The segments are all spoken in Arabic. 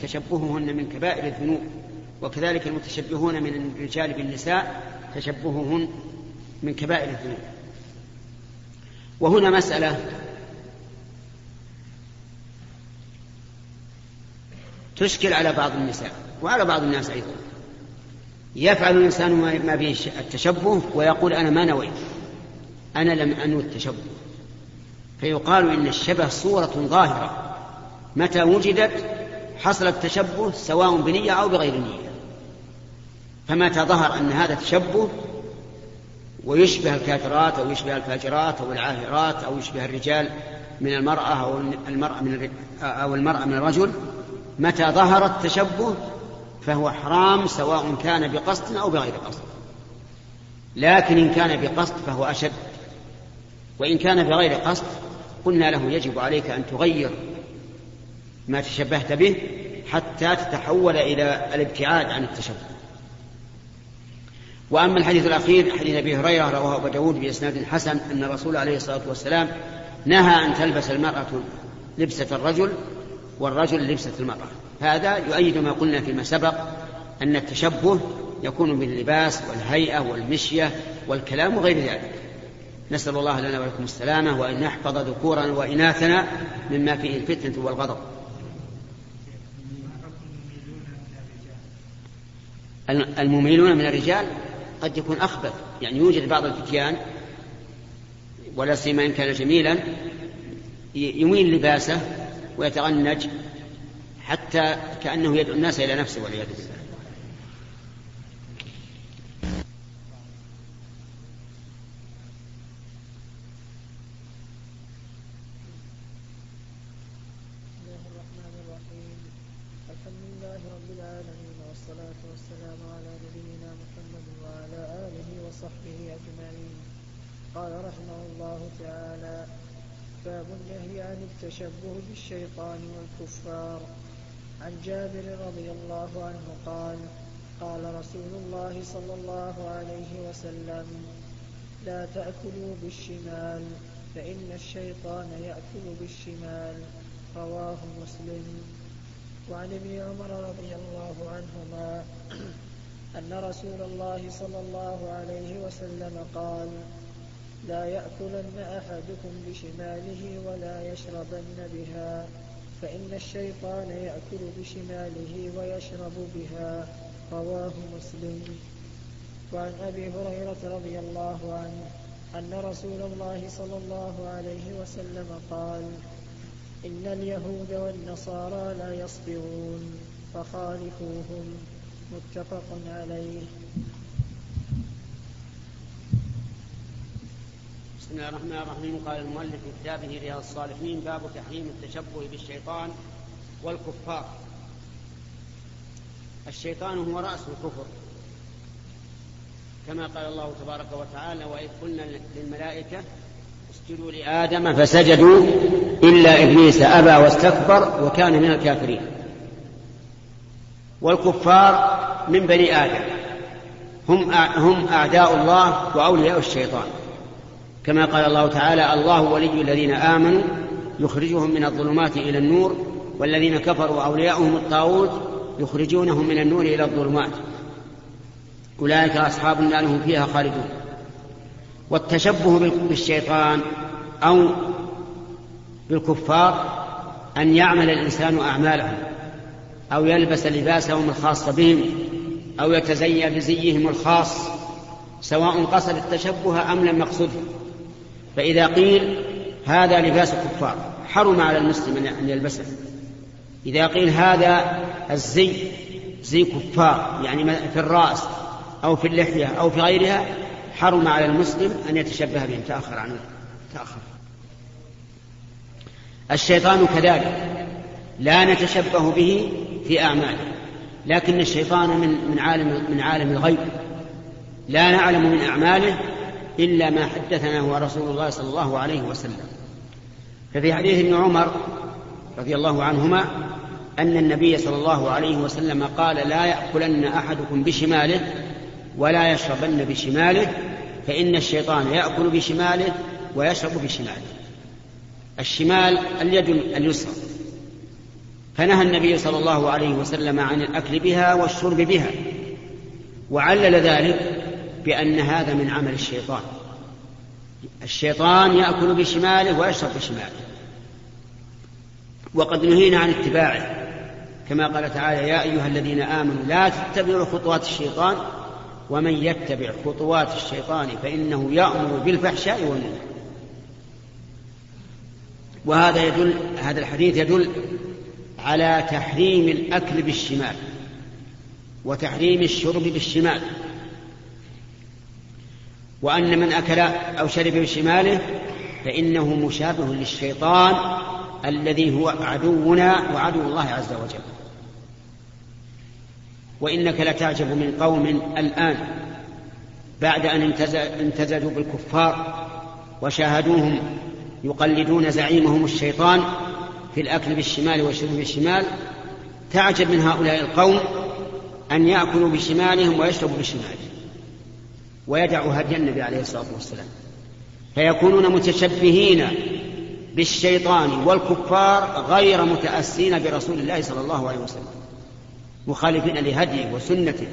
تشبههن من كبائر الذنوب، وكذلك المتشبهون من الرجال بالنساء تشبههن من كبائر الذنوب. وهنا مسألة تشكل على بعض النساء وعلى بعض الناس أيضا. يفعل الإنسان ما به التشبه ويقول أنا ما نويت، أنا لم أنوي التشبه، فيقال إن الشبه صورة ظاهرة متى وجدت حصل التشبه سواء بنية أو بغير نية. فمتى ظهر أن هذا تشبه ويشبه الكافرات أو يشبه الفاجرات أو العاهرات أو يشبه الرجال من المرأة أو المرأة من الرجل، متى ظهر التشبه فهو حرام سواء كان بقصد أو بغير قصد. لكن إن كان بقصد فهو أشد، وإن كان بغير قصد قلنا له يجب عليك أن تغير ما تشبهت به حتى تتحول إلى الابتعاد عن التشبه. وأما الحديث الأخير حديث أبي هريرة رواه أبو داود بإسناد حسن أن الرسول عليه الصلاة والسلام نهى أن تلبس المرأة لبسة الرجل والرجل لبسة المرأة. هذا يؤيد ما قلنا فيما سبق أن التشبه يكون باللباس والهيئة والمشية والكلام وغير ذلك. نسأل الله لنا ولكم السلامة، وأن يحفظ ذكورنا وإناثنا مما فيه الفتنة والغضب. المميلون من الرجال قد يكون أخبث، يعني يوجد بعض الفتيان ولا سيما إن كان جميلا يميل لباسه ويتغنج حتى كأنه يدعو الناس إلى نفسه والعياذ بالله. قال رحمه الله تعالى: باب النهي عن التشبه بالشيطان والكفار. عن جابر رضي الله عنه قال: قال رسول الله صلى الله عليه وسلم: لا تأكلوا بالشمال فإن الشيطان يأكل بالشمال. رواه مسلم. وعن ابن عمر رضي الله عنهما أن رسول الله صلى الله عليه وسلم قال: لا يأكلن أحدكم بشماله ولا يشربن بها، فإن الشيطان يأكل بشماله ويشرب بها. رواه مسلم. وعن أبي هريرة رضي الله عنه أن رسول الله صلى الله عليه وسلم قال: إن اليهود والنصارى لا يصبرون فخالفوهم. متفق عليه. بسم الله الرحمن الرحيم. قال المؤلف في كتابه رياض الصالحين: باب تحريم التشبه بالشيطان والكفار. الشيطان هو رأس الكفر، كما قال الله تبارك وتعالى: وإذ قلنا للملائكة اسجدوا لآدم فسجدوا إلا إبليس أبى واستكبر وكان من الكافرين. والكفار من بني آدم هم أعداء الله وأولياء الشيطان، كما قال الله تعالى: الله ولي الذين آمنوا يخرجهم من الظلمات إلى النور والذين كفروا أولياؤهم الطاغوت يخرجونهم من النور إلى الظلمات أولئك أصحاب النار هم فيها خالدون. والتشبه بالشيطان أو بالكفار أن يعمل الإنسان أعمالهم أو يلبس لباسهم الخاص بهم أو يتزيى بزيهم الخاص، سواء قصد التشبه أم لم يقصده. فإذا قيل هذا لباس الكفار حرم على المسلم أن يلبسه. إذا قيل هذا الزي زي كفار، يعني في الرأس أو في اللحية أو في غيرها، حرم على المسلم أن يتشبه بهم. تأخر. الشيطان كذلك لا نتشبه به في أعماله، لكن الشيطان من عالم الغيب، لا نعلم من أعماله إلا ما حدثنا هو رسول الله صلى الله عليه وسلم. ففي حديث ابن عمر رضي الله عنهما أن النبي صلى الله عليه وسلم قال: لا يأكلن أحدكم بشماله ولا يشربن بشماله، فإن الشيطان يأكل بشماله ويشرب بشماله. الشمال اليد اليسرى، فنهى النبي صلى الله عليه وسلم عن الأكل بها والشرب بها، وعلل ذلك بأن هذا من عمل الشيطان. الشيطان يأكل بشماله ويشرب بشماله، وقد نهينا عن اتباعه، كما قال تعالى: يا أيها الذين آمنوا لا تتبعوا خطوات الشيطان ومن يتبع خطوات الشيطان فإنه يأمر بالفحشاء والمنكر. هذا الحديث يدل على تحريم الأكل بالشمال وتحريم الشرب بالشمال، وأن من أكل أو شرب بشماله فإنه مشابه للشيطان الذي هو عدونا وعدو الله عز وجل. وإنك لتعجب من قوم الآن بعد أن امتزجوا بالكفار وشاهدوهم يقلدون زعيمهم الشيطان في الأكل بالشمال والشرب بالشمال، تعجب من هؤلاء القوم أن يأكلوا بشمالهم ويشربوا بشمالهم ويدعوا هدي النبي عليه الصلاة والسلام، فيكونون متشبهين بالشيطان والكفار غير متأسين برسول الله صلى الله عليه وسلم، مخالفين لهديه وسنته.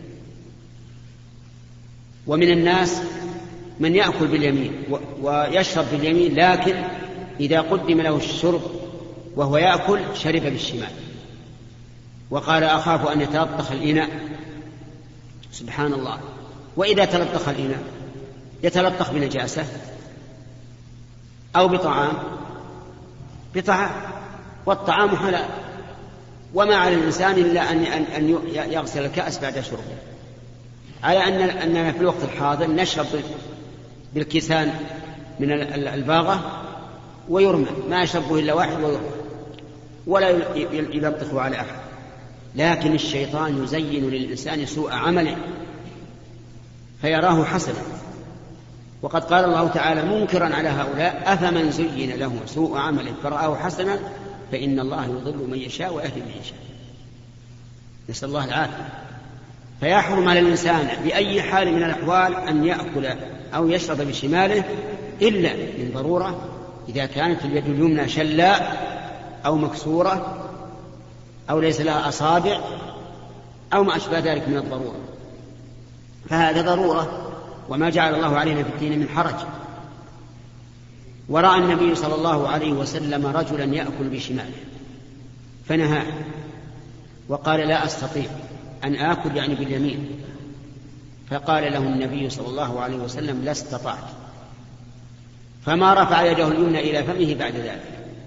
ومن الناس من يأكل باليمين ويشرب باليمين، لكن إذا قدم له الشرب وهو يأكل شرب بالشمال، وقال: أخاف أن يتلطخ الإناء. سبحان الله! وإذا تلطخ الإناء يتلطخ بنجاسة أو بطعام، والطعام حلال، وما على الإنسان إلا أن يغسل الكأس بعد شربه، على أننا في الوقت الحاضر نشرب بالكيسان من الباغة ويرمى، ما يشربه إلا واحد ويرمى ولا يلطخه على أحد. لكن الشيطان يزين للإنسان سوء عمله فيراه حسنا، وقد قال الله تعالى منكرا على هؤلاء: أفمن زين له سوء عمله فرآه حسنا فإن الله يضل من يشاء ويهدي من يشاء. نسأل الله العافية. فيحرم على الإنسان بأي حال من الأحوال أن يأكل أو يشرب بشماله إلا من ضرورة، إذا كانت اليد اليمنى شلاء أو مكسورة أو ليس لها أصابع أو ما أشبه ذلك من الضرورة، فهذا ضرورة، وما جعل الله علينا في الدين من حرج. ورأى النبي صلى الله عليه وسلم رجلا يأكل بشماله فنهاه وقال: لا أستطيع أن آكل يعني باليمين. فقال له النبي صلى الله عليه وسلم: لا استطعت. فما رفع يده اليمنى إلى فمه بعد ذلك،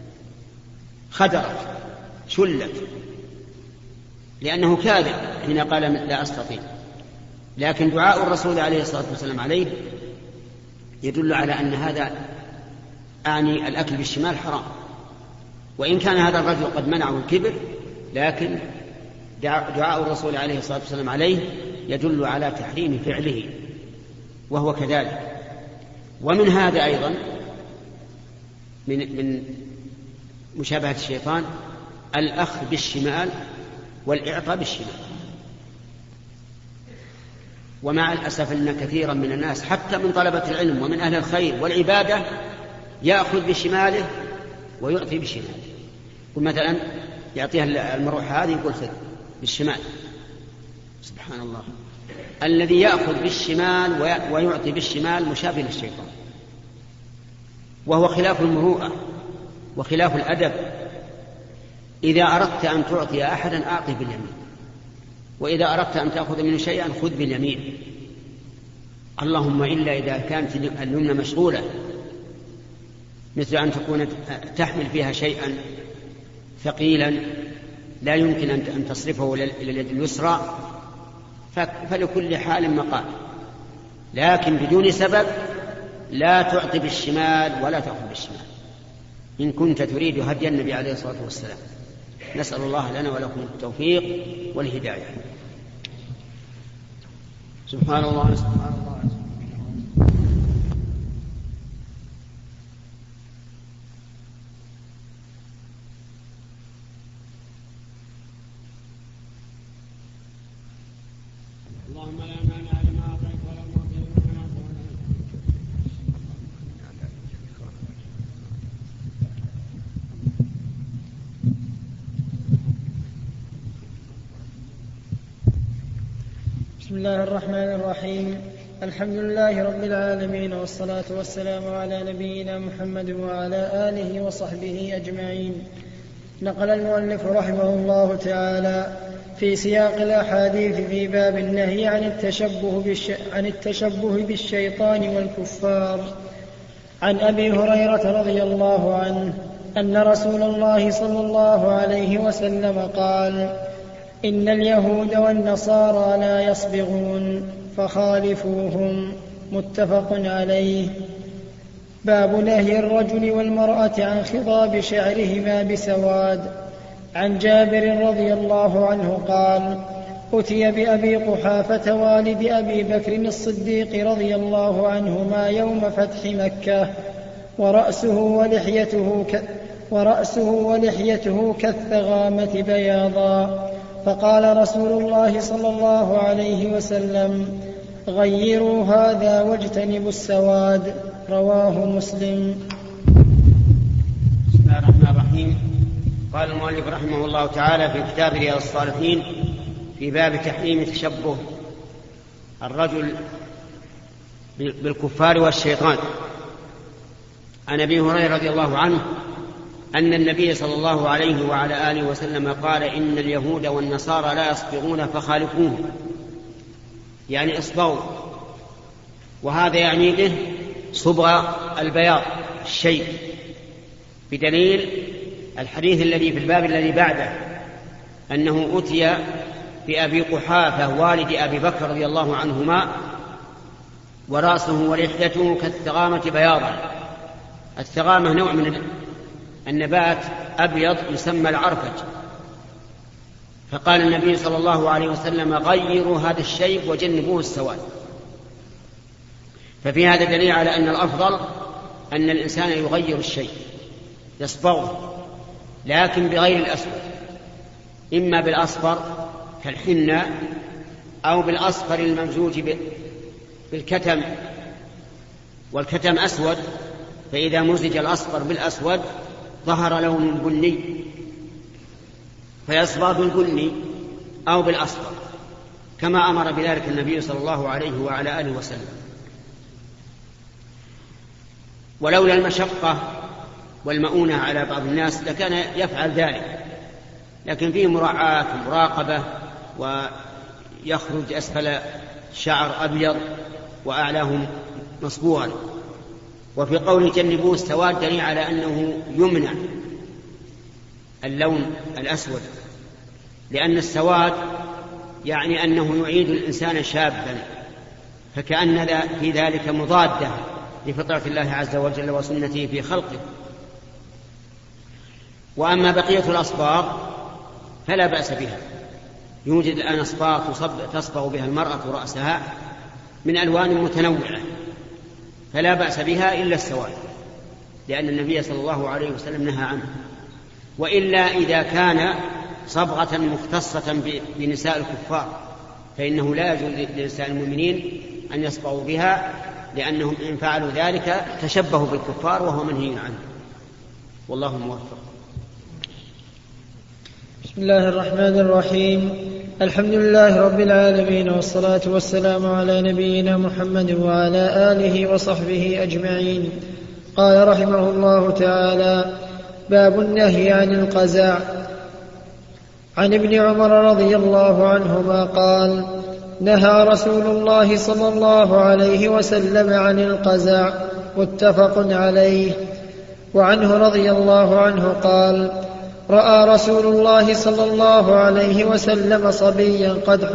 خدرت شلت، لأنه كاذب حين قال: لا أستطيع. لكن دعاء الرسول عليه الصلاة والسلام عليه يدل على أن هذا أعني الأكل بالشمال حرام، وإن كان هذا الرجل قد منعه الكبر، لكن دعاء الرسول عليه الصلاة والسلام عليه يدل على تحريم فعله، وهو كذلك. ومن هذا أيضا من مشابهة الشيطان الأخذ بالشمال والإعطاء بالشمال. ومع الأسف أن كثيرا من الناس حتى من طلبة العلم ومن أهل الخير والعبادة يأخذ بشماله ويعطي بشماله. ومثلا يعطيها المروحة هذه يقول خذ بالشمال. سبحان الله! الذي يأخذ بالشمال ويعطي بالشمال مشابه للشيطان، وهو خلاف المروءة وخلاف الأدب. إذا أردت أن تعطي أحدا أعطه باليمين، وإذا أردت أن تأخذ منه شيئا خذ باليمين، اللهم إلا إذا كانت اليمنى مشغولة، مثل أن تكون تحمل فيها شيئا ثقيلا لا يمكن أن تصرفه إلى اليد اليسرى، فلكل حال مقال. لكن بدون سبب لا تعطي بالشمال ولا تأخذ بالشمال إن كنت تريد هدي النبي عليه الصلاة والسلام. نسأل الله لنا ولكم التوفيق والهداية. سبحان الله. سبحان الله. اللهم لا مانع لما أعطيت ولا معطي لما منعت. بسم الله الرحمن الرحيم. الحمد لله رب العالمين، والصلاة والسلام على نبينا محمد وعلى آله وصحبه أجمعين. نقل المؤلف رحمه الله تعالى في سياق الأحاديث في باب النهي عن التشبه بالشيطان والكفار عن أبي هريرة رضي الله عنه أن رسول الله صلى الله عليه وسلم قال: إن اليهود والنصارى لا يصبغون فخالفوهم. متفق عليه. باب نهي الرجل والمرأة عن خضاب شعرهما بسواد. عن جابر رضي الله عنه قال: أتي بأبي قحافة والد أبي بكر الصديق رضي الله عنهما يوم فتح مكة ورأسه ولحيته كالثغامة بياضا، فقال رسول الله صلى الله عليه وسلم: غيروا هذا واجتنبوا السواد. رواه مسلم. بسم الله الرحمن الرحيم. قال المؤلف رحمه الله تعالى في كتاب رياض الصالحين في باب تحريم تشبه الرجل بالكفار والشيطان. عن أبي هريرة رضي الله عنه أن النبي صلى الله عليه وعلى آله وسلم قال: إن اليهود والنصارى لا يصبغون فخالفوهم، يعني اصبغوا، وهذا يعني به صبغ البياض الشيء، بدليل الحديث الذي في الباب الذي بعده أنه أتي بأبي قحافة والد أبي بكر رضي الله عنهما ورأسه ولحيته كالثغامة بياضا. الثغامة نوع من النبات أبيض يسمى العرفج، فقال النبي صلى الله عليه وسلم: غيروا هذا الشيء وجنبوه السواد. ففي هذا دليل على أن الأفضل أن الإنسان يغير الشيء، يصبغه، لكن بغير الأسود، إما بالأصفر كالحنة أو بالأصفر الممزوج بالكتم، والكتم أسود، فإذا مزج الأصفر بالأسود ظهر لون بني، فيصبغ بالبني أو بالأصفر، كما أمر بذلك النبي صلى الله عليه وعلى آله وسلم. ولولا المشقة والمؤونة على بعض الناس لكان يفعل ذلك، لكن فيه مراعاة ومراقبة، ويخرج أسفل شعر أبيض وأعلاه مصبوغا. وفي قوله جنبوه السواد دليل على أنه يمنع اللون الأسود، لأن السواد يعني أنه يعيد الإنسان شابا، فكأن في ذلك مضادة لفطرة الله عز وجل وسنته في خلقه. وأما بقية الأصباغ فلا بأس بها، يوجد الآن أصباغ تصبغ بها المرأة رأسها من ألوان متنوعة، فلا بأس بها إلا السواد، لأن النبي صلى الله عليه وسلم نهى عنه. وإلا إذا كان صبغة مختصة بنساء الكفار فإنه لا يجوز لنساء المؤمنين أن يصبغوا بها، لأنهم إن فعلوا ذلك تشبهوا بالكفار وهو منهي عنه. والله موفق. بسم الله الرحمن الرحيم. الحمد لله رب العالمين، والصلاة والسلام على نبينا محمد وعلى آله وصحبه أجمعين. قال رحمه الله تعالى: باب النهي عن القزع. عن ابن عمر رضي الله عنهما قال: نهى رسول الله صلى الله عليه وسلم عن القزع. متفق عليه. وعنه رضي الله عنه قال: رأى رسول الله صلى الله عليه وسلم صبيا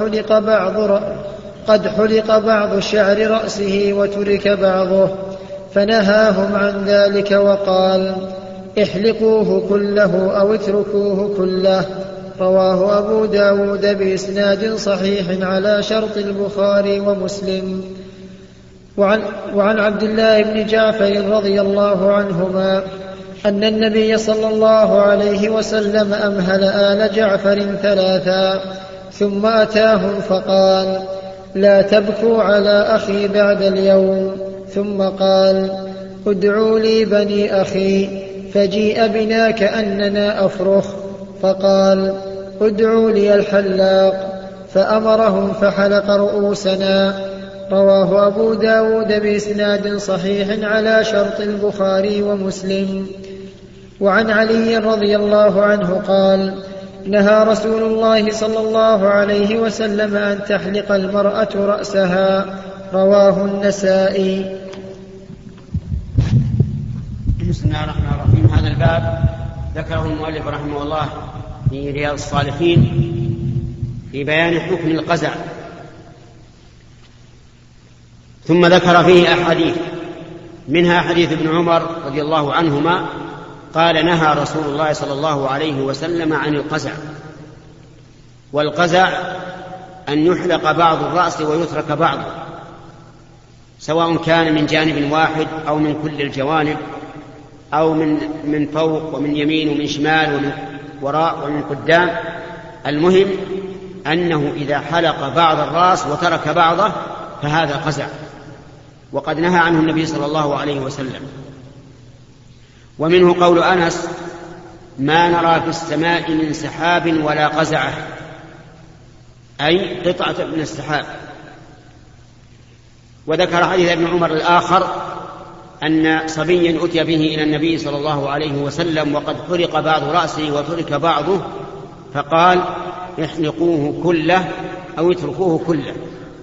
قد حلق بعض شعر رأسه وترك بعضه، فنهاهم عن ذلك وقال: احلقوه كله أو اتركوه كله. رواه أبو داود بإسناد صحيح على شرط البخاري ومسلم. وعن عبد الله بن جعفر رضي الله عنهما أن النبي صلى الله عليه وسلم أمهل آل جعفر 3 ثم أتاهم فقال: لا تبكوا على أخي بعد اليوم. ثم قال: ادعوا لي بني أخي، فجيء بنا كأننا أفرخ، فقال: ادعوا لي الحلاق، فأمرهم فحلق رؤوسنا. رواه أبو داود بإسناد صحيح على شرط البخاري ومسلم. وعن علي رضي الله عنه قال: نهى رسول الله صلى الله عليه وسلم أن تحلق المرأة رأسها. رواه النسائي. بسم الله الرحمن الرحيم. هذا الباب ذكره المؤلف رحمه الله في رياض الصالحين في بيان حكم القزع، ثم ذكر فيه أحاديث، منها حديث ابن عمر رضي الله عنهما قال: نهى رسول الله صلى الله عليه وسلم عن القزع. والقزع أن يحلق بعض الرأس ويترك بعضه، سواء كان من جانب واحد أو من كل الجوانب، أو من فوق ومن يمين ومن شمال ومن وراء ومن قدام. المهم أنه إذا حلق بعض الرأس وترك بعضه فهذا قزع، وقد نهى عنه النبي صلى الله عليه وسلم. ومنه قول أنس: ما نرى في السماء من سحاب ولا قزعه، أي قطعة من السحاب. وذكر حديث ابن عمر الآخر أن صبيا أتي به إلى النبي صلى الله عليه وسلم وقد حلق بعض رأسه وترك بعضه، فقال: احلقوه كله أو اتركوه كله.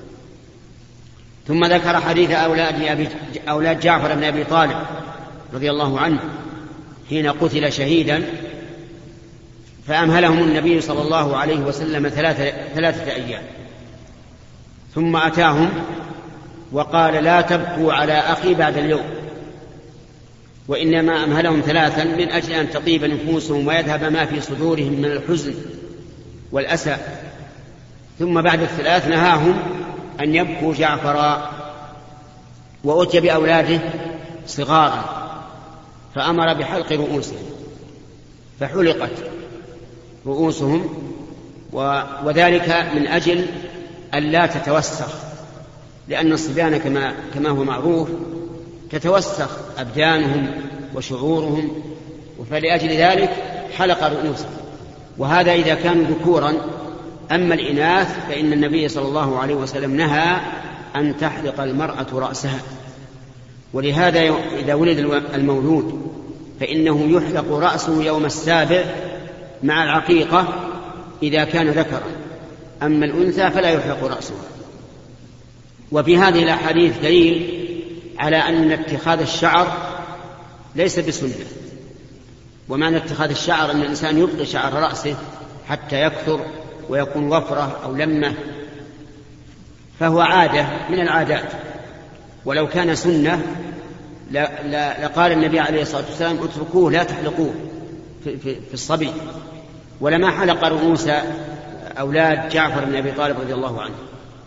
ثم ذكر حديث أولاد جعفر بن أبي طالب رضي الله عنه حين قتل شهيدا، فأمهلهم النبي صلى الله عليه وسلم 3 أيام، ثم أتاهم وقال: لا تبكوا على أخي بعد اليوم، وإنما أمهلهم 3 من أجل أن تطيب نفوسهم ويذهب ما في صدورهم من الحزن والأسى. ثم بعد 3 نهاهم أن يبكوا جعفرا. وأتي بأولاده صغارا فأمر بحلق رؤوسهم، فحلقت رؤوسهم، وذلك من أجل أن لا تتوسخ، لأن الصبيان كما هو معروف تتوسخ أبدانهم وشعورهم، فلأجل ذلك حلق رؤوسهم. وهذا إذا كانوا ذكورا. أما الإناث فإن النبي صلى الله عليه وسلم نهى أن تحلق المرأة رأسها. ولهذا إذا ولد المولود فإنه يحلق رأسه يوم 7 مع العقيقة إذا كان ذكرا، أما الأنثى فلا يحلق رأسها. وفي هذه الأحاديث دليل على أن اتخاذ الشعر ليس بسنة. ومعنى اتخاذ الشعر أن الإنسان يبقي شعر رأسه حتى يكثر ويكون وفرة أو لمة، فهو عادة من العادات. ولو كان سنة لقال النبي عليه الصلاة والسلام: اتركوه لا تحلقوه في الصبي، ولما حلق رؤوس أولاد جعفر بن أبي طالب رضي الله عنه.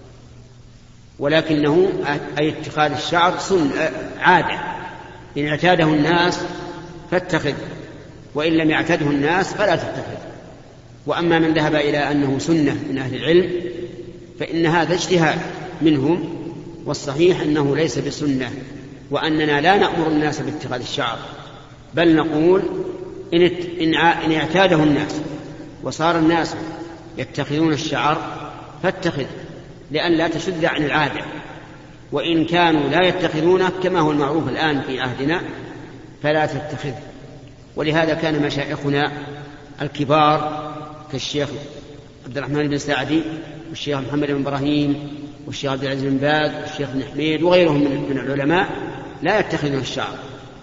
ولكنه أي اتخاذ الشعر عادة، إن اعتاده الناس فاتخذ، وإن لم يعتده الناس فلا تتخذ. وأما من ذهب إلى أنه سنة من أهل العلم فإن هذا اجتهاد منهم، والصحيح أنه ليس بسنة، وأننا لا نأمر الناس باتخاذ الشعر، بل نقول إن اعتاده الناس وصار الناس يتخذون الشعر فاتخذ، لأن لا تشد عن العادة. وإن كانوا لا يتخذونه كما هو المعروف الآن في عهدنا فلا تتخذ. ولهذا كان مشايخنا الكبار كالشيخ عبد الرحمن بن سعدي والشيخ محمد بن إبراهيم والشيخ عبد العزيز بن باز والشيخ بن حميد وغيرهم من العلماء لا يتخذون الشعر،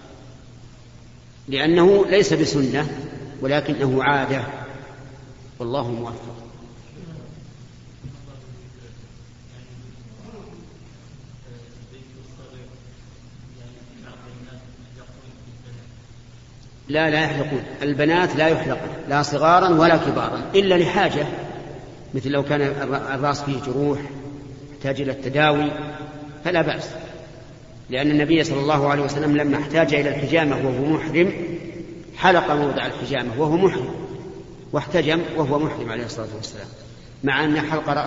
لأنه ليس بسنة ولكنه عادة، والله موفق. لا يحلقون البنات، لا يحلقون لا صغارا ولا كبارا إلا لحاجة، مثل لو كان الرأس فيه جروح يحتاج إلى التداوي فلا بأس، لأن النبي صلى الله عليه وسلم لما احتاج إلى الحجامة وهو محرم حلق موضع الحجامة وهو محرم، واحتجم وهو محرم عليه الصلاة والسلام، مع أن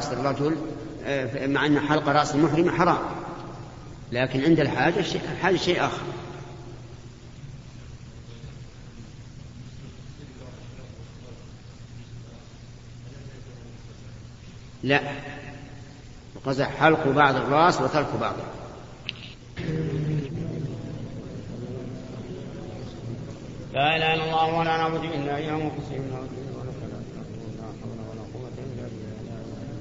حلق رأس المحرم حرام، لكن عند الحاجة شيء آخر. لا، القزح حلق بعض الرأس وترك بعضه. لا إله إلا الله ولا نعبد إلا إياه مخلصين له الدين ولو كره الكافرون لا حول ولا قوة إلا بالله.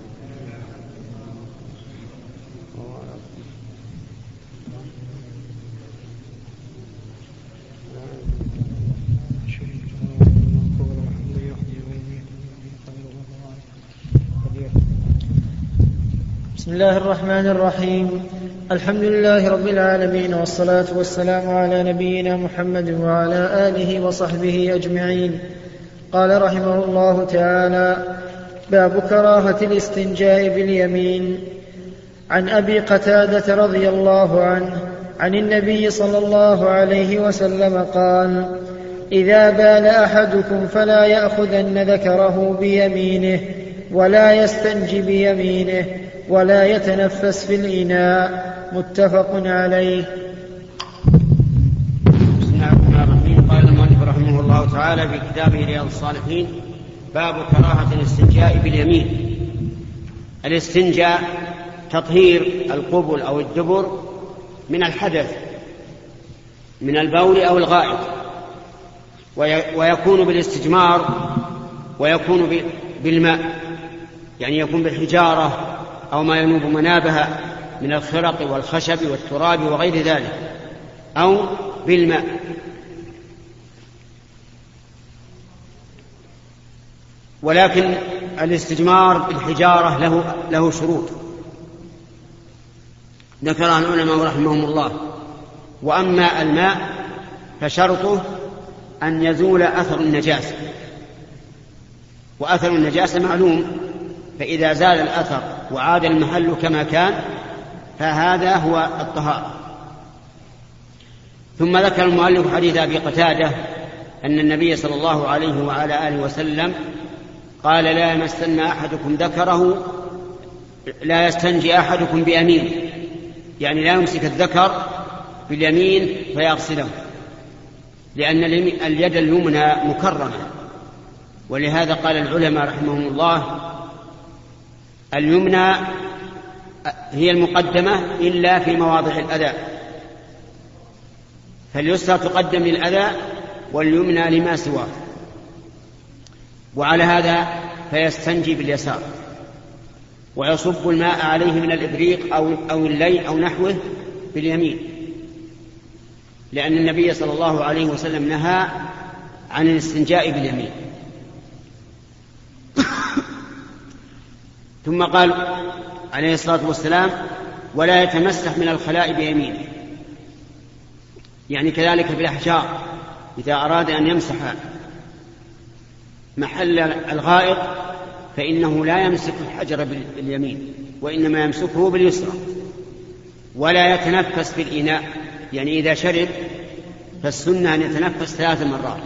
بسم الله الرحمن الرحيم. الحمد لله رب العالمين، والصلاة والسلام على نبينا محمد وعلى آله وصحبه أجمعين. قال رحمه الله تعالى: باب كراهة الاستنجاء باليمين. عن أبي قتادة رضي الله عنه عن النبي صلى الله عليه وسلم قال: إذا بال أحدكم فلا يأخذن ذكره بيمينه ولا يستنج بيمينه ولا يتنفس في الإناء. متفق عليه. بسم الله الرحمن الرحيم. قال المؤلف رحمه الله تعالى في كتابه رياض الصالحين: باب كراهة الاستنجاء باليمين. الاستنجاء تطهير القبل أو الدبر من الحدث من البول أو الغائط، ويكون بالاستجمار ويكون بالماء، يعني يكون بالحجارة أو ما ينوب منابها من الخرق والخشب والتراب وغير ذلك، أو بالماء. ولكن الاستجمار بالحجارة له شروط ذكرها العلماء رحمهم الله. وأما الماء فشرطه أن يزول أثر النجاسة، وأثر النجاسة معلوم، فإذا زال الأثر وعاد المحل كما كان فهذا هو الطهارة. ثم ذكر المؤلف حديث أبي قتادة أن النبي صلى الله عليه وعلى آله وسلم قال: لا يمسن أحدكم ذكره، لا يستنجي أحدكم بيمينه، يعني لا يمسك الذكر باليمين فيغسله، لأن اليد اليمنى مكرمة. ولهذا قال العلماء رحمهم الله: اليمنى هي المقدمة إلا في مواضع الأذى، فاليسرى تقدم للأذى واليمنى لما سواه. وعلى هذا فيستنجي باليسار ويصب الماء عليه من الإبريق أو اللي أو نحوه باليمين، لأن النبي صلى الله عليه وسلم نهى عن الاستنجاء باليمين. ثم قال عليه الصلاة والسلام: ولا يتمسح من الخلاء بيمينه، يعني كذلك بالأحجار إذا أراد أن يمسح محل الغائط فإنه لا يمسك الحجر باليمين وإنما يمسكه باليسرى. ولا يتنفس في الإناء، يعني إذا شرب فالسنة أن يتنفس 3 مرات،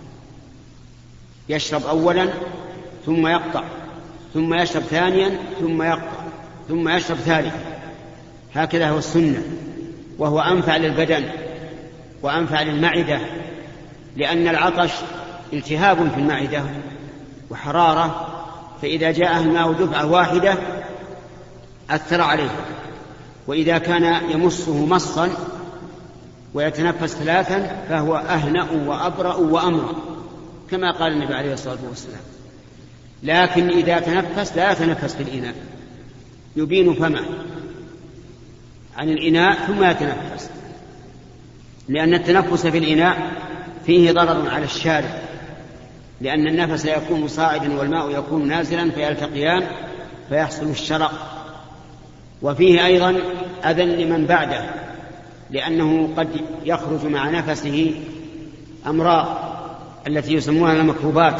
يشرب أولا ثم يقطع، ثم يشرب ثانيا ثم يقطع، ثم يشرب ثالثا، هكذا هو السنة، وهو أنفع للبدن وأنفع للمعدة، لأن العطش التهاب في المعدة وحرارة، فإذا جاءه الماء دفعة واحدة أثر عليه. وإذا كان يمصه مصا ويتنفس 3 فهو أهنأ وأبرأ وأمرأ، كما قال النبي عليه الصلاة والسلام. لكن إذا تنفس لا يتنفس في الإناء، يبين فمه عن الإناء ثم يتنفس، لأن التنفس في الإناء فيه ضرر على الشارب، لأن النفس يكون صاعدا والماء يكون نازلا فيلتقيان فيحصل الشرق. وفيه أيضا أذى لمن بعده، لأنه قد يخرج مع نفسه أمراض التي يسمونها الميكروبات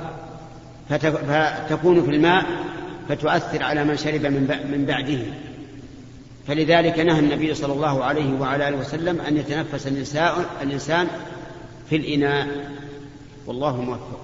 فتكون في الماء فتؤثر على من شرب من بعده. فلذلك نهى النبي صلى الله عليه وعلى آله وسلم أن يتنفس الإنسان في الإناء، والله موفق.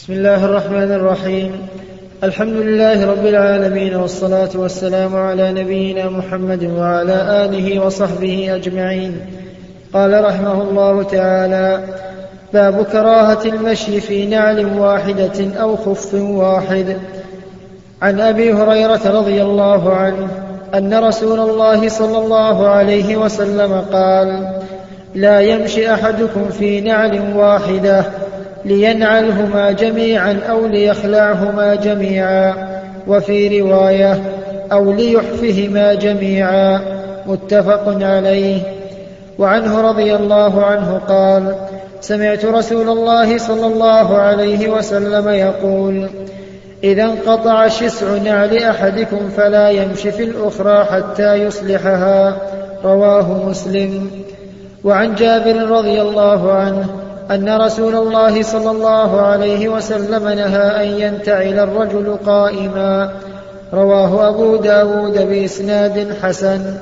بسم الله الرحمن الرحيم. الحمد لله رب العالمين، والصلاة والسلام على نبينا محمد وعلى آله وصحبه أجمعين. قال رحمه الله تعالى: باب كراهة المشي في نعل واحدة أو خف واحد. عن أبي هريرة رضي الله عنه أن رسول الله صلى الله عليه وسلم قال: لا يمشي أحدكم في نعل واحدة لينعلهما جميعا أو ليخلعهما جميعا، وفي رواية: أو ليحفهما جميعا، متفق عليه. وعنه رضي الله عنه قال: سمعت رسول الله صلى الله عليه وسلم يقول: إذا انقطع شسع نعل أحدكم فلا يمشي في الأخرى حتى يصلحها. رواه مسلم. وعن جابر رضي الله عنه أن رسول الله صلى الله عليه وسلم نهى أن ينتعل الرجل قائما. رواه أبو داود بإسناد حسن.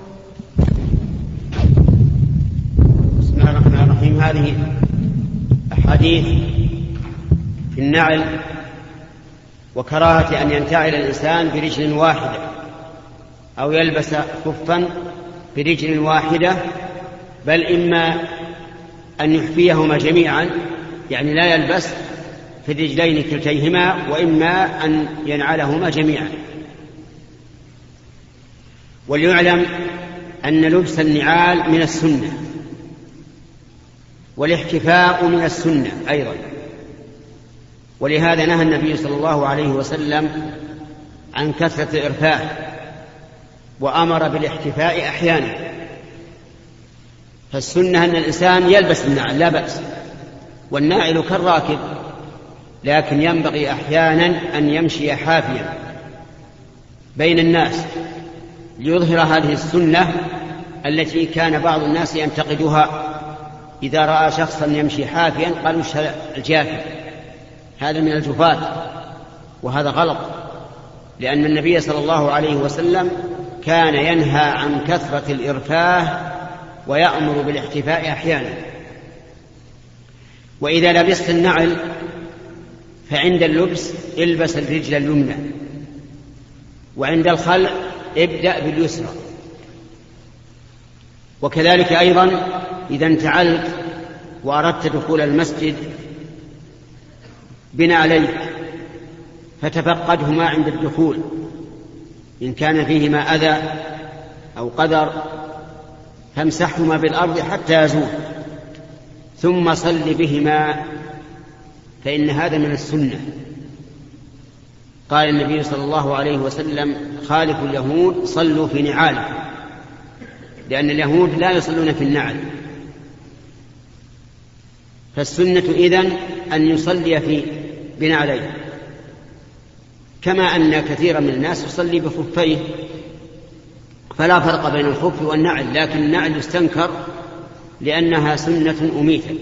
بسم الله الرحمن الرحيم. هذه أحاديث في النعل وكراهة أن ينتعل الإنسان برجل واحدة أو يلبس خفا برجل واحدة، بل إما أن يحفيهما جميعا، يعني لا يلبس في الرجلين كلتيهما، وإما أن ينعلهما جميعا. وليعلم أن لبس النعال من السنة، والاحتفاء من السنة أيضا، ولهذا نهى النبي صلى الله عليه وسلم عن كثرة الإرفاه، وأمر بالاحتفاء أحيانا. فالسنة أن الإنسان يلبس النعل لا بأس، والناعل كالراكب، لكن ينبغي أحيانا أن يمشي حافيا بين الناس ليظهر هذه السنة التي كان بعض الناس ينتقدها. إذا رأى شخصا يمشي حافيا قالوا الجافي، هذا من الجفاة، وهذا غلط، لأن النبي صلى الله عليه وسلم كان ينهى عن كثرة الإرفاه ويأمر بالاحتفاء أحيانا. وإذا لبست النعل فعند اللبس البس الرجل اليمنى، وعند الخلع ابدأ باليسرى. وكذلك أيضا إذا انتعلت وأردت دخول المسجد بنعليك فتفقدهما عند الدخول، إن كان فيهما أذى أو قدر فامسحهما بالأرض حتى يزول، ثم صل بهما، فإن هذا من السنة. قال النبي صلى الله عليه وسلم: خالفوا اليهود صلوا في نعالهم، لأن اليهود لا يصلون في النعل. فالسنة إذن أن يصلي بنعليه، كما أن كثيرا من الناس يصلي بخفيه، فلا فرق بين الخف والنعل، لكن النعل يستنكر لأنها سنة أميتت.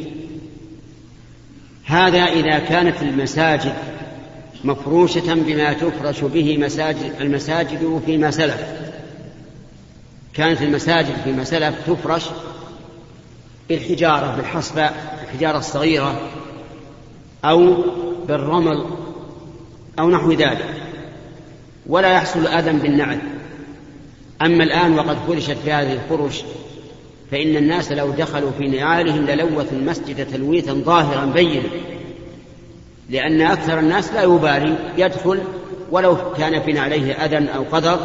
هذا إذا كانت المساجد مفروشة بما تفرش به المساجد فيما سلف. كانت المساجد فيما سلف تفرش بالحجارة، بالحصبة، الحجارة الصغيرة، أو بالرمل أو نحو ذلك، ولا يحصل أذى بالنعل. أما الآن وقد فرشت في هذه الفرش، فإن الناس لو دخلوا في نعالهم للوثوا المسجد تلويثا ظاهرا بينا، لأن أكثر الناس لا يبالي، يدخل ولو كان في نعليه أذى أو قدر.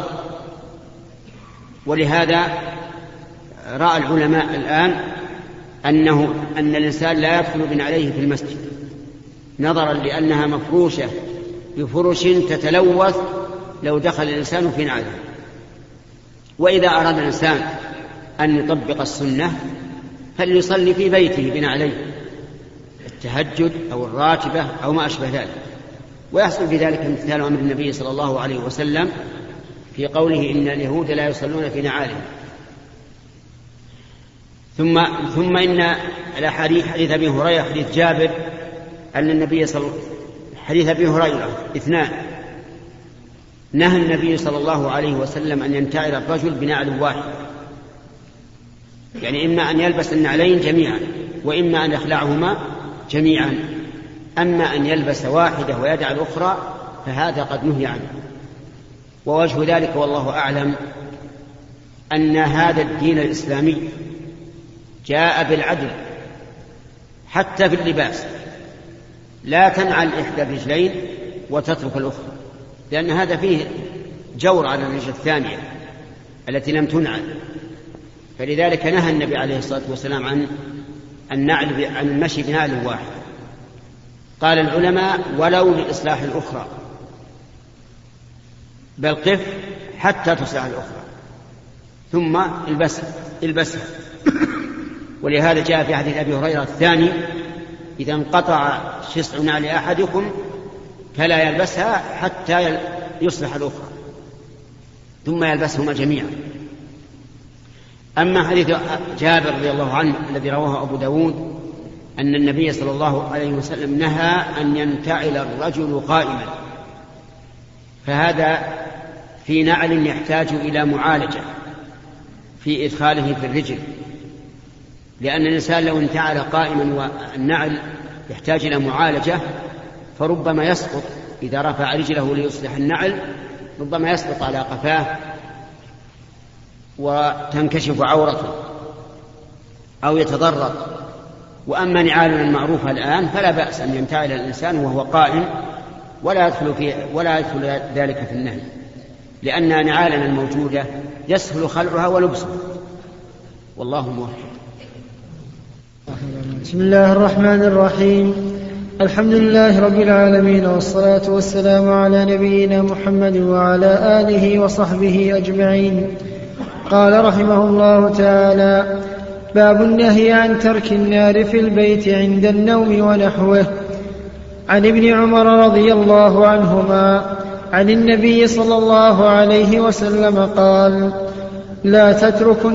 ولهذا رأى العلماء الآن أن الإنسان لا يدخل بنعليه في المسجد، نظرا لأنها مفروشة بفرش تتلوث لو دخل الإنسان في نعله. وإذا أراد الإنسان أن يطبق السنة فليصلي في بيته بنعليه، التهجد أو الراتبة أو ما أشبه ذلك. ويحصل في ذلك امتثال أمر النبي صلى الله عليه وسلم في قوله: إن اليهود لا يصلون في نعالهم. ثم إن الأحاديث، حديث أبي هريرة، حديث جابر، أن النبي حديث أبي هريرة اثنان: نهى النبي صلى الله عليه وسلم أن ينتعل الرجل بنعل واحد، يعني إما أن يلبس النعلين جميعا، وإما أن يخلعهما جميعا. أما أن يلبس واحدة ويدع الأخرى فهذا قد نهي عنه. ووجه ذلك والله أعلم أن هذا الدين الإسلامي جاء بالعدل حتى في اللباس، لا تنعل إحدى الرجلين وتترك الأخرى، لأن هذا فيه جور على الرجل الثانية التي لم تنعل. فلذلك نهى النبي عليه الصلاة والسلام عن المشي بنعل واحد. قال العلماء ولو لإصلاح الأخرى، بل قف حتى تصلح الأخرى ثم البسها. ولهذا جاء في حديث أبي هريرة الثاني: إذا انقطع شسع نعل أحدكم فلا يلبسها حتى يصلح الأخرى ثم يلبسهما جميعا. أما حديث جابر رضي الله عنه الذي رواه أبو داود أن النبي صلى الله عليه وسلم نهى أن ينتعل الرجل قائما، فهذا في نعل يحتاج إلى معالجة في إدخاله في الرجل، لأن الإنسان لو انتعل قائما والنعل يحتاج إلى معالجة فربما يسقط إذا رفع رجله ليصلح النعل، ربما يسقط على قفاه وتنكشف عورته أو يتضرر. وأما نعالنا المعروفة الآن فلا بأس أن ينتعل الإنسان وهو قائم ولا يدخل ذلك في النهي، لأن نعالنا الموجودة يسهل خلعها ولبسها، والله موفق. بسم الله الرحمن الرحيم. الحمد لله رب العالمين، والصلاة والسلام على نبينا محمد وعلى آله وصحبه أجمعين. قال رحمه الله تعالى: باب النهي عن ترك النار في البيت عند النوم ونحوه. عن ابن عمر رضي الله عنهما عن النبي صلى الله عليه وسلم قال: لا تتركوا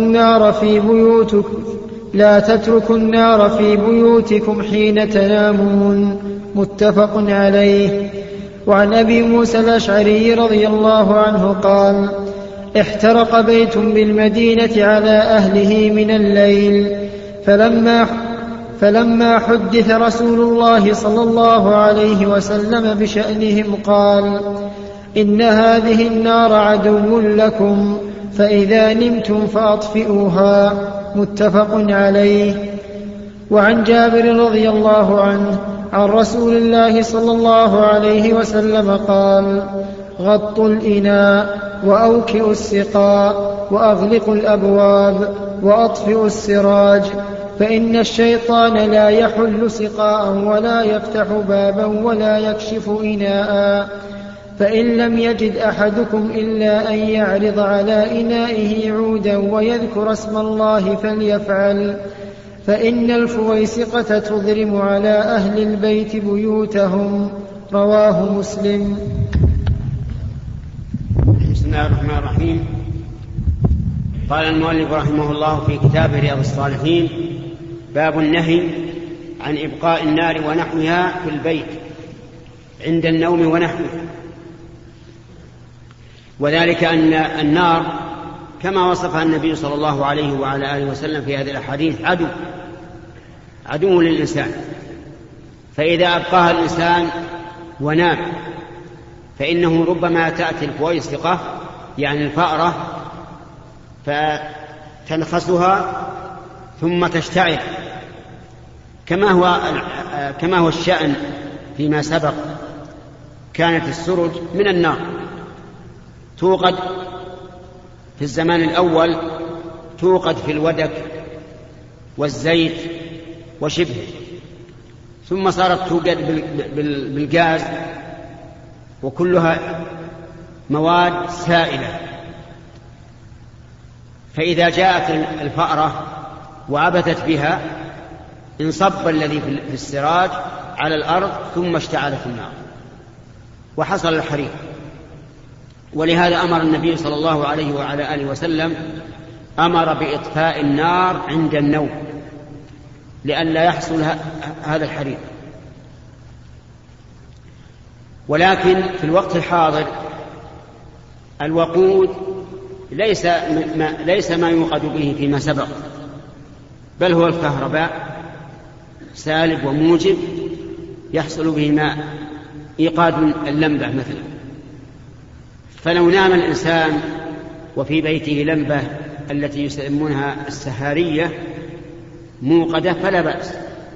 النار في بيوتكم حين تنامون. متفق عليه. وعن أبي موسى الأشعري رضي الله عنه قال: احترق بيت بالمدينة على أهله من الليل، فلما حدث رسول الله صلى الله عليه وسلم بشأنهم قال: إن هذه النار عدو لكم، فإذا نمتم فأطفئوها. متفق عليه. وعن جابر رضي الله عنه عن رسول الله صلى الله عليه وسلم قال: غطوا الإناء وأوكئوا السقاء وأغلقوا الأبواب وأطفئوا السراج، فإن الشيطان لا يحل سقاء ولا يفتح بابا ولا يكشف إناء، فإن لم يجد أحدكم إلا أن يعرض على إنائه عودا ويذكر اسم الله فليفعل، فإن الفويسقة تضرم على أهل البيت بيوتهم. رواه مسلم. بسم الله الرحمن الرحيم. قال المؤلف رحمه الله في كتاب رياض الصالحين: باب النهي عن إبقاء النار ونحوها في البيت عند النوم ونحوه. وذلك أن النار كما وصفها النبي صلى الله عليه وعلى آله وسلم في هذه الأحاديث عدو للإنسان، فإذا أبقاها الإنسان ونام فإنه ربما تأتي الفويسقة يعني الفأرة فتنخسها ثم تشتعل، كما هو الشأن فيما سبق. كانت السرج من النار توقد في الزمان الأول، توقد في الودك والزيت وشبهه، ثم صارت توقد بالغاز، وكلها مواد سائلة. فإذا جاءت الفأرة وعبثت بها انصب الذي في السراج على الأرض ثم اشتعلت النار وحصل الحريق. ولهذا أمر النبي صلى الله عليه وعلى آله وسلم أمر بإطفاء النار عند النوم لئلا يحصل هذا الحريق. ولكن في الوقت الحاضر الوقود ليس ما يوقد به فيما سبق، بل هو الكهرباء سالب وموجب، يحصل به ماء إيقاد اللمبة مثلا. فلو نام الإنسان وفي بيته لمبة التي يسمونها السهارية موقدة فلا بأس،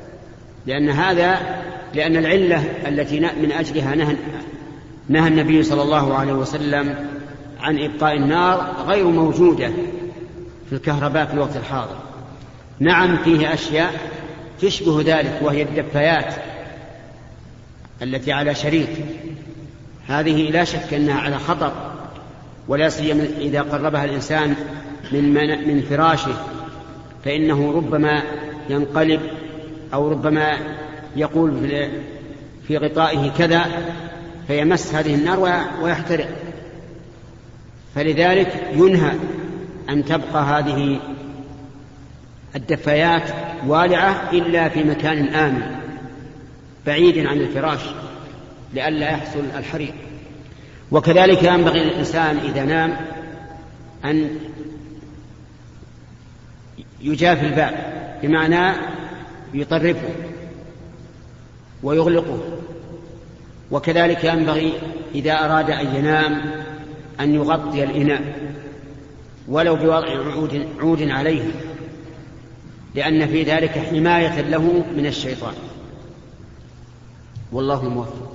لأن العلة التي من أجلها نهى النبي صلى الله عليه وسلم عن إبقاء النار غير موجودة في الكهرباء في الوقت الحاضر. نعم فيه أشياء تشبه ذلك وهي الدفايات التي على شريط، هذه لا شك أنها على خطر، ولا سيما إذا قربها الإنسان من فراشه فإنه ربما ينقلب أو ربما يقول في غطائه كذا فيمس هذه النار ويحترق. فلذلك ينهى أن تبقى هذه الدفايات والعة إلا في مكان آمن بعيد عن الفراش لئلا يحصل الحريق. وكذلك ينبغي للإنسان إذا نام أن يجافي الباب، بمعنى يطرفه ويغلقه. وكذلك ينبغي إذا أراد أن ينام أن يغطي الإناء ولو بوضع عود عليه، لأن في ذلك حماية له من الشيطان. والله الموفق.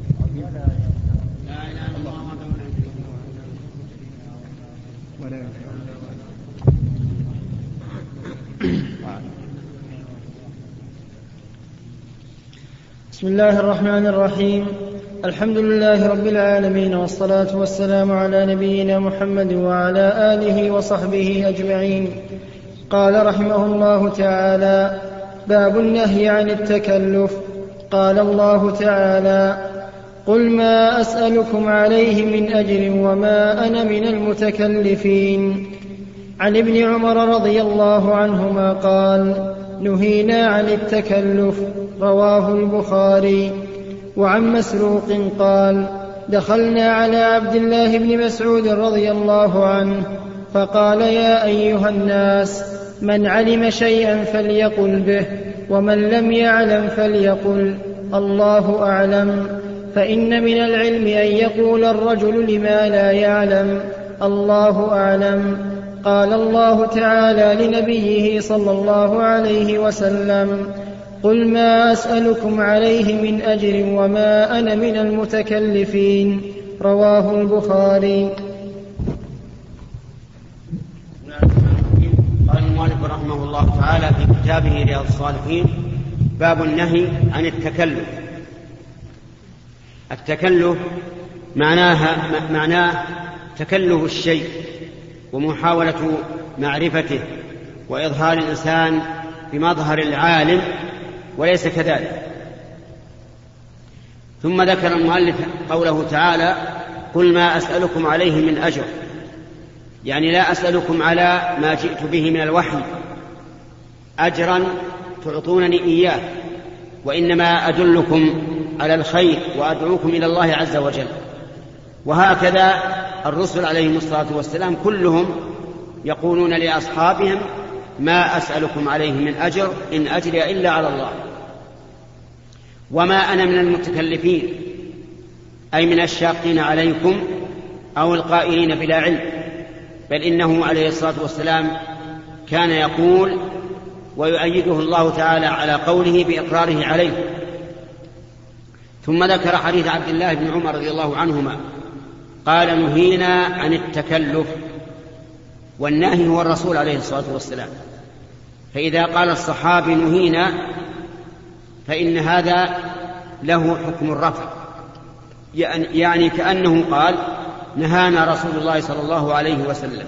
بسم الله الرحمن الرحيم. الحمد لله رب العالمين، والصلاة والسلام على نبينا محمد وعلى آله وصحبه أجمعين. قال رحمه الله تعالى: باب النهي عن التكلف. قال الله تعالى: قل ما أسألكم عليه من أجر وما أنا من المتكلفين. عن ابن عمر رضي الله عنهما قال: نهينا عن التكلف. رواه البخاري. وعن مسروق قال: دخلنا على عبد الله بن مسعود رضي الله عنه فقال: يا أيها الناس، من علم شيئا فليقل به، ومن لم يعلم فليقل الله أعلم، فإن من العلم أن يقول الرجل لما لا يعلم الله أعلم. قال الله تعالى لنبيه صلى الله عليه وسلم: قل ما أسألكم عليه من أجر وما أنا من المتكلفين. رواه البخاري. قال المؤلف رحمه الله تعالى في كتابه رياض الصالحين: باب النهي عن التكلف. التكلف معناه تكلف الشيء ومحاولة معرفته وإظهار الإنسان بمظهر العالم وليس كذلك. ثم ذكر المؤلف قوله تعالى: قل ما أسألكم عليه من أجر، يعني لا أسألكم على ما جئت به من الوحي أجرا تعطونني إياه، وإنما أدلكم على الخير وأدعوكم إلى الله عز وجل. وهكذا الرسل عليهم الصلاة والسلام كلهم يقولون لأصحابهم: ما أسألكم عليه من أجر إن أجري إلا على الله. وما أنا من المتكلفين، أي من الشاقين عليكم أو القائلين بلا علم، بل إنه عليه الصلاة والسلام كان يقول ويؤيده الله تعالى على قوله بإقراره عليه. ثم ذكر حديث عبد الله بن عمر رضي الله عنهما قال: نهينا عن التكلف. والناهي هو الرسول عليه الصلاة والسلام، فإذا قال الصحابي نهينا فإن هذا له حكم الرفع، يعني كأنه قال: نهانا رسول الله صلى الله عليه وسلم.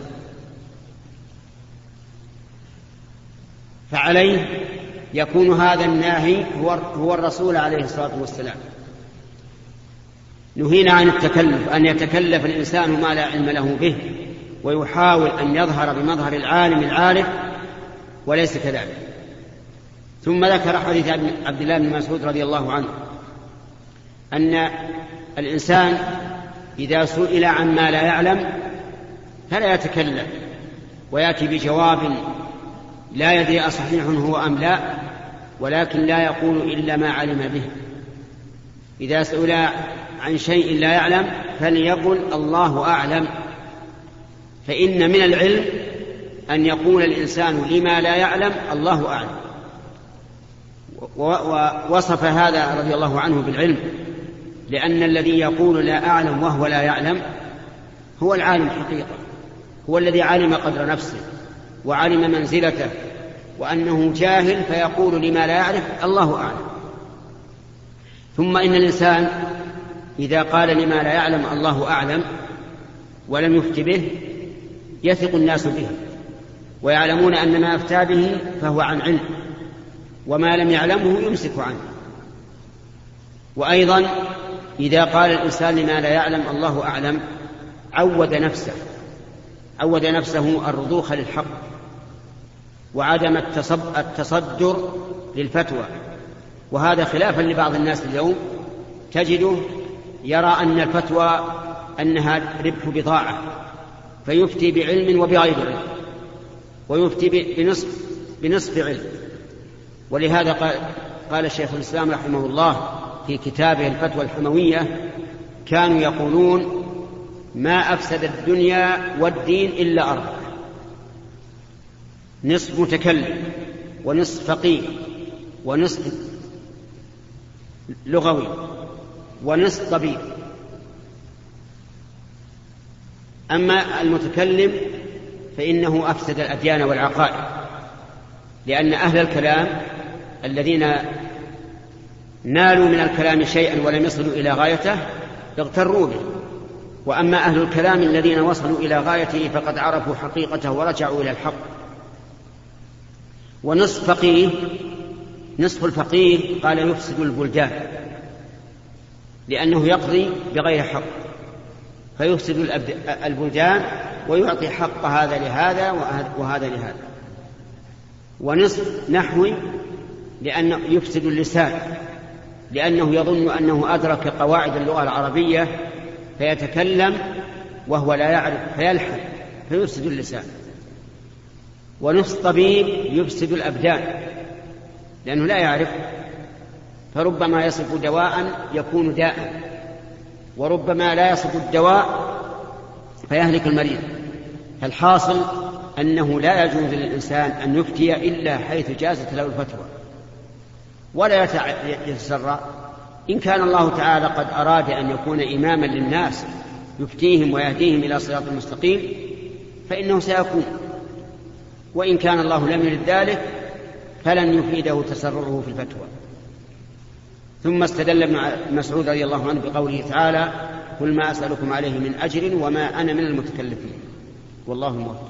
فعليه يكون هذا الناهي هو الرسول عليه الصلاة والسلام. نهينا عن التكلف، أن يتكلف الإنسان ما لا علم له به ويحاول أن يظهر بمظهر العالم العارف وليس كذلك. ثم ذكر حديث عبد الله بن مسعود رضي الله عنه أن الإنسان إذا سئل عما لا يعلم فلا يتكلم ويأتي بجواب لا يدري أصحيح هو أم لا، ولكن لا يقول إلا ما علم به، إذا سئل عن شيء لا يعلم فليقل الله أعلم، فإن من العلم أن يقول الإنسان لما لا يعلم الله أعلم. ووصف هذا رضي الله عنه بالعلم، لأن الذي يقول لا أعلم وهو لا يعلم هو العالم حقيقة، هو الذي علم قدر نفسه وعلم منزلته، وأنه جاهل فيقول لما لا يعرف الله أعلم. ثم إن الإنسان إذا قال لما لا يعلم الله أعلم ولم يفت به يثق الناس به ويعلمون أن ما أفتى به فهو عن علم، وما لم يعلمه يمسك عنه. وأيضا إذا قال الإنسان لما لا يعلم الله أعلم عود نفسه الرضوخ للحق وعدم التصدر للفتوى. وهذا خلافا لبعض الناس اليوم، تجده يرى أن الفتوى أنها ربح بضاعة فيفتي بعلم وبغير علم، ويفتي بنصف علم. ولهذا قال الشيخ الإسلام رحمه الله في كتابه الفتوى الحموية: كانوا يقولون ما أفسد الدنيا والدين إلا أربع: نصف متكلم، ونصف فقيه، ونصف لغوي، ونصف طبيب. أما المتكلم فإنه أفسد الأديان والعقائد، لأن أهل الكلام الذين نالوا من الكلام شيئا ولم يصلوا إلى غايته اغتروا به، وأما أهل الكلام الذين وصلوا إلى غايته فقد عرفوا حقيقته ورجعوا إلى الحق. ونصف فقيه، نصف الفقيه قال يفسد البلدان، لأنه يقضي بغير حق فيفسد البلدان ويعطي حق هذا لهذا وهذا لهذا. ونصف نحوي لأنه يفسد اللسان، لأنه يظن أنه أدرك قواعد اللغة العربية فيتكلم وهو لا يعرف فيلحن فيفسد اللسان. ونصف طبيب يفسد الأبدان، لأنه لا يعرف، فربما يصف دواء يكون داء، وربما لا يصف الدواء فيهلك المريض. الحاصل أنه لا يجوز للإنسان أن يفتي إلا حيث جازت له الفتوى، ولا يتسرع. إن كان الله تعالى قد أراد أن يكون إماما للناس يفتيهم ويهديهم إلى صراط مستقيم فإنه سيكون، وإن كان الله لم يرد ذلك فلن يفيده تسرعه في الفتوى. ثم استدل ابن مسعود رضي الله عنه بقوله تعالى: قل ما أسألكم عليه من أجر وما أنا من المتكلفين. والله موفق.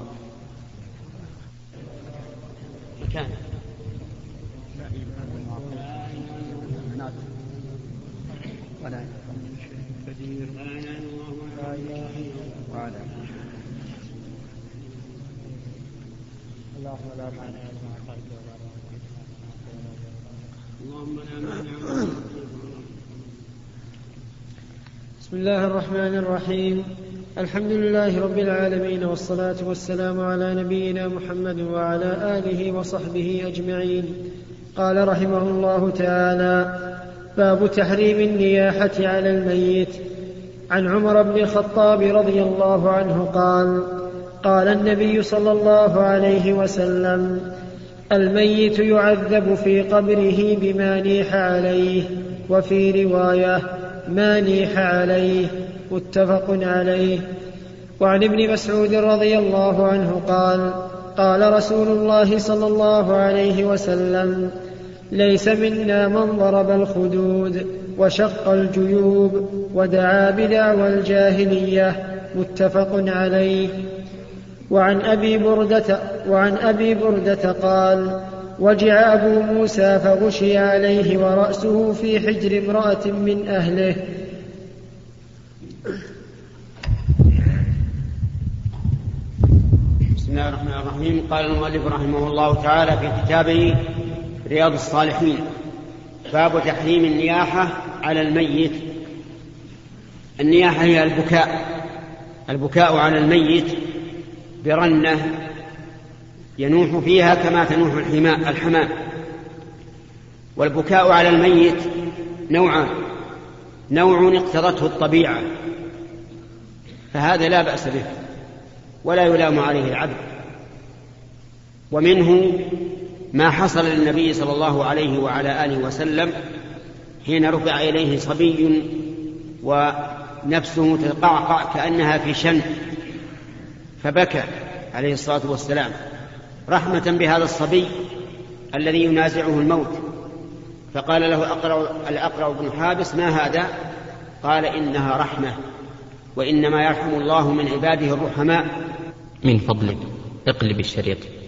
بسم الله الرحمن الرحيم. الحمد لله رب العالمين، والصلاة والسلام على نبينا محمد وعلى آله وصحبه أجمعين. قال رحمه الله تعالى: باب تحريم النياحة على الميت. عن عمر بن الخطاب رضي الله عنه قال: قال النبي صلى الله عليه وسلم: الميت يعذب في قبره بما نيح عليه، وفي رواية: ما نيح عليه، متفق عليه. وعن ابن مسعود رضي الله عنه قال: قال رسول الله صلى الله عليه وسلم: ليس منا من ضرب الخدود وشق الجيوب ودعا بدعوى الجاهلية، متفق عليه. وعن أبي بردة قال: وجع أبو موسى فغشي عليه ورأسه في حجر امرأة من أهله. بسم الله الرحمن الرحيم. قال المؤلف رحمه الله تعالى في كتابه رياض الصالحين: باب تحريم النياحة على الميت. النياحة هي البكاء على الميت برنة ينوح فيها كما تنوح الحمام. والبكاء على الميت نوعان: نوع اقتضته الطبيعة فهذا لا بأس به ولا يلام عليه العبد. ومنه ما حصل للنبي صلى الله عليه وعلى آله وسلم حين رفع إليه صبي ونفسه تقعقع كأنها في شن فبكى عليه الصلاة والسلام رحمة بهذا الصبي الذي ينازعه الموت. فقال له الأقرع بن حابس: ما هذا؟ قال: إنها رحمة، وإنما يرحم الله من عباده الرحماء. من فضلك اقلب الشريط.